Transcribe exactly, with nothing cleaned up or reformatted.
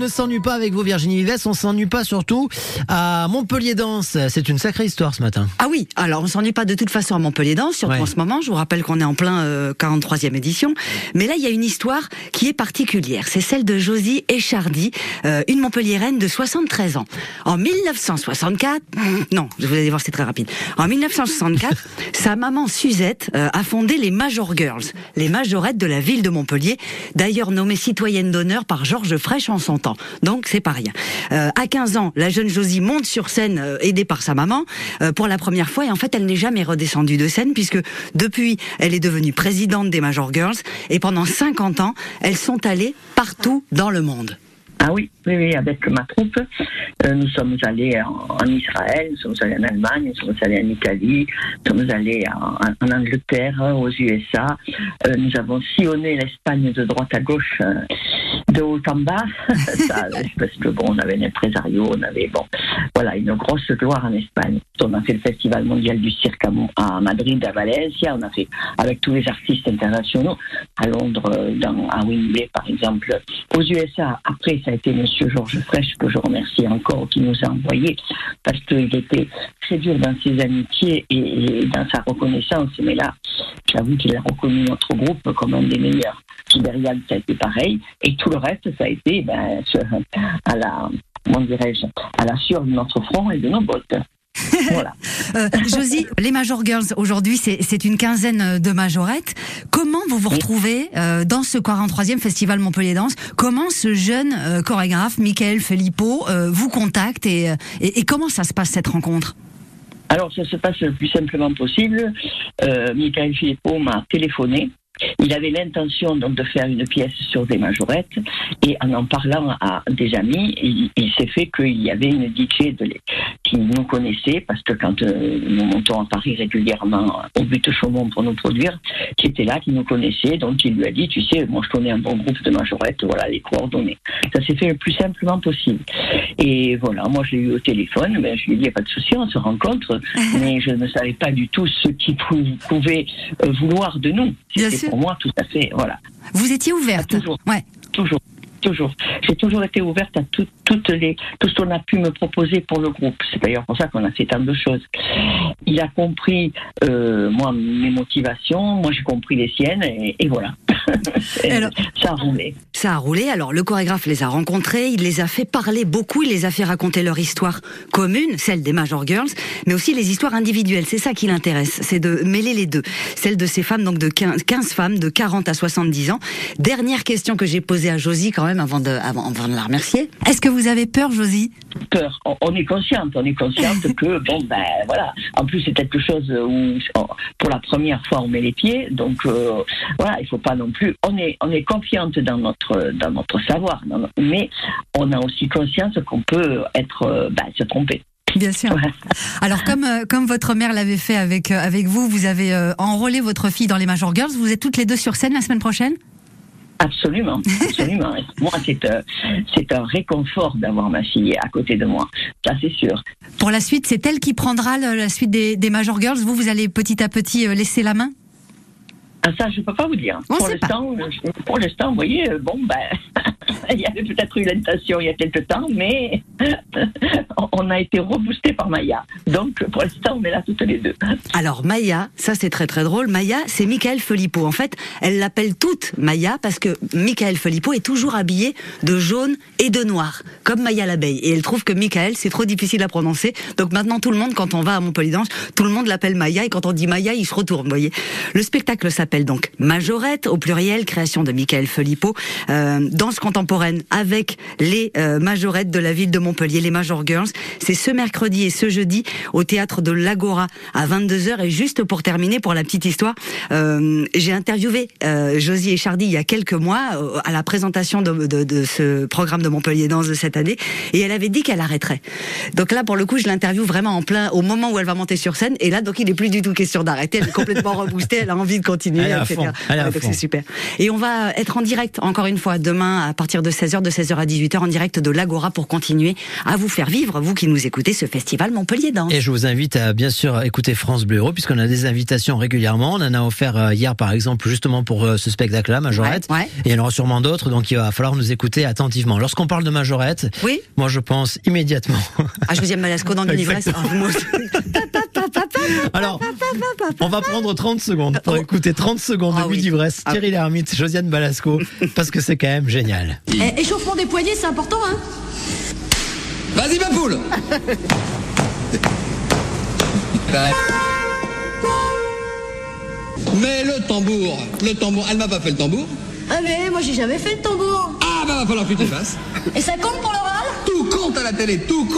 ne s'ennuie pas avec vous, Virginie Vives. On s'ennuie pas surtout à Montpellier Danse. C'est une sacrée histoire ce matin. Ah oui, alors on s'ennuie pas de toute façon à Montpellier Danse, surtout ouais. en ce moment. Je vous rappelle qu'on est en plein euh, quarante-troisième édition. Mais là, il y a une histoire qui est particulière. C'est celle de Josie Échardy, euh, une Montpelliéraine de soixante-treize ans. En mille neuf cent soixante-quatre, non, vous allez voir, c'est très rapide. En mille neuf cent soixante-quatre, sa maman Suzette euh, a fondé les Major Girls, les majorettes de la ville de Montpellier, d'ailleurs nommée citoyenne d'honneur par Georges Frêche en son temps. Donc c'est pas rien. Euh, à quinze ans, la jeune Josie monte sur scène euh, aidée par sa maman euh, pour la première fois et en fait elle n'est jamais redescendue de scène puisque depuis elle est devenue présidente des Major Girls et pendant cinquante ans elles sont allées partout dans le monde. Ah oui, oui, oui, avec ma troupe, euh, nous sommes allés en, en Israël, nous sommes allés en Allemagne, nous sommes allés en Italie, nous sommes allés en, en Angleterre, aux U S A. Euh, nous avons sillonné l'Espagne de droite à gauche, euh, de haut en bas. Ça, parce que bon, on avait un impresario, on avait bon, voilà, une grosse gloire en Espagne. On a fait le Festival mondial du cirque à, à Madrid, à Valencia. On a fait avec tous les artistes internationaux à Londres, dans, à Wembley par exemple. Aux U S A, après ça a été Monsieur Georges Frêche, que je remercie encore, qui nous a envoyé, parce qu'il était très dur dans ses amitiés et, et dans sa reconnaissance. Mais là, j'avoue qu'il a reconnu notre groupe comme un des meilleurs. Kibériade, ça a été pareil. Et tout le reste, ça a été ben, à la, comment dirais-je, à la sueur de notre front et de nos bottes. Voilà. euh, Josie, les Major Girls, aujourd'hui, c'est, c'est une quinzaine de majorettes. Comment vous vous retrouvez euh, dans ce quarante-troisième Festival Montpellier Danse? Comment ce jeune euh, chorégraphe, Michael Filippo, euh, vous contacte et, et, et comment ça se passe cette rencontre? Alors, ça se passe le plus simplement possible. Euh, Michael Filippo m'a téléphoné. Il avait l'intention donc de faire une pièce sur des majorettes et en en parlant à des amis, il, il s'est fait qu'il y avait une D J de les, qui nous connaissait parce que quand euh, nous montons à Paris régulièrement au but Chaumont pour nous produire, qui était là, qui nous connaissait, donc il lui a dit, tu sais, moi je connais un bon groupe de majorettes, voilà les coordonnées. Ça s'est fait le plus simplement possible. Et voilà, moi je l'ai eu au téléphone, ben, je lui ai dit, il n'y a pas de souci, on se rencontre, mais je ne savais pas du tout ce qu'il pouvait euh, vouloir de nous. C'était pour moi tout à fait, voilà. Vous étiez ouverte? Ah, toujours, ouais. toujours, toujours. J'ai toujours été ouverte à tout, toutes les, tout ce qu'on a pu me proposer pour le groupe. C'est d'ailleurs pour ça qu'on a fait tant de choses. Il a compris, euh, moi, mes motivations, moi j'ai compris les siennes, et, et voilà. et alors, ça a roulé. Ça a roulé, alors le chorégraphe les a rencontrés, il les a fait parler beaucoup, il les a fait raconter leur histoire commune, celle des Major Girls, mais aussi les histoires individuelles, c'est ça qui l'intéresse, c'est de mêler les deux. Celle de ces femmes, donc de quinze, quinze femmes de quarante à soixante-dix ans. Dernière question que j'ai posée à Josie quand même avant de, avant, avant de la remercier. Est-ce que vous avez peur, Josie? Peur, on, on est consciente, on est consciente que, bon ben voilà, en plus c'est quelque chose où pour la première fois on met les pieds, donc euh, voilà, il faut pas non plus, on est, on est confiante dans notre dans notre savoir, dans notre, mais on a aussi conscience qu'on peut être, euh, bah, se tromper. Bien sûr. Ouais. Alors comme euh, comme votre mère l'avait fait avec euh, avec vous, vous avez euh, enrôlé votre fille dans les Major Girls. Vous êtes toutes les deux sur scène la semaine prochaine? Absolument, absolument. Moi, c'est, euh, c'est un réconfort d'avoir ma fille à côté de moi. Ça, c'est sûr. Pour la suite, c'est elle qui prendra le, la suite des, des Major Girls. Vous, vous allez petit à petit euh, laisser la main? Ah, ça, je peux pas vous dire. On pour, sait l'instant, pas. Je, pour l'instant, vous voyez, bon, ben, il y avait peut-être eu l'intention il y a quelque temps, mais on a été reboosté par Maya. Donc, pour l'instant, on est là toutes les deux. Alors, Maya, ça c'est très très drôle. Maya, c'est Michael Filippo. En fait, elle l'appelle toute Maya parce que Michael Filippo est toujours habillé de jaune et de noir, comme Maya l'abeille. Et elle trouve que Michael, c'est trop difficile à prononcer. Donc maintenant, tout le monde, quand on va à Montpellier Danse, tout le monde l'appelle Maya. Et quand on dit Maya, il se retourne, vous voyez. Le spectacle s'appelle donc Majorette, au pluriel, création de Michael Filippo, euh, danse contemporaine avec les euh, majorettes de la ville de Montpellier, les Major Girls. C'est ce mercredi et ce jeudi au théâtre de l'Agora à vingt-deux heures. Et juste pour terminer, pour la petite histoire, euh, j'ai interviewé euh, Josie Échardy il y a quelques mois euh, à la présentation de, de, de ce programme de Montpellier Danse de cette année, et elle avait dit qu'elle arrêterait. Donc là, pour le coup, je l'interviewe vraiment en plein au moment où elle va monter sur scène, et là, donc il n'est plus du tout question d'arrêter. Elle est complètement reboostée, elle a envie de continuer, et cetera. Ouais, donc c'est super. Et on va être en direct encore une fois demain à partir partir de seize heures, de seize heures à dix-huit heures en direct de l'Agora pour continuer à vous faire vivre, vous qui nous écoutez, ce festival Montpellier Danse. Et je vous invite à bien sûr écouter France Bleu Héros puisqu'on a des invitations régulièrement. On en a offert hier par exemple justement pour ce spectacle-là, Majorette. Ouais, ouais. Et il y en aura sûrement d'autres, donc il va falloir nous écouter attentivement. Lorsqu'on parle de Majorette, oui. moi je pense immédiatement à Josiane Balasco dans l'ivresse. Alors, on va prendre trente secondes pour écouter trente secondes ah de Nuit oui. d'ivresse, ah. Thierry Lhermitte, Josiane Balasco, parce que c'est quand même génial. Eh, échauffement des poignets, c'est important, hein? Vas-y, ma poule. Mais le tambour, le tambour, elle m'a pas fait le tambour. Ah mais moi j'ai jamais fait le tambour. Ah bah va falloir que tu te fasses. Et ça compte pour l'oral? Tout compte à la télé, tout compte.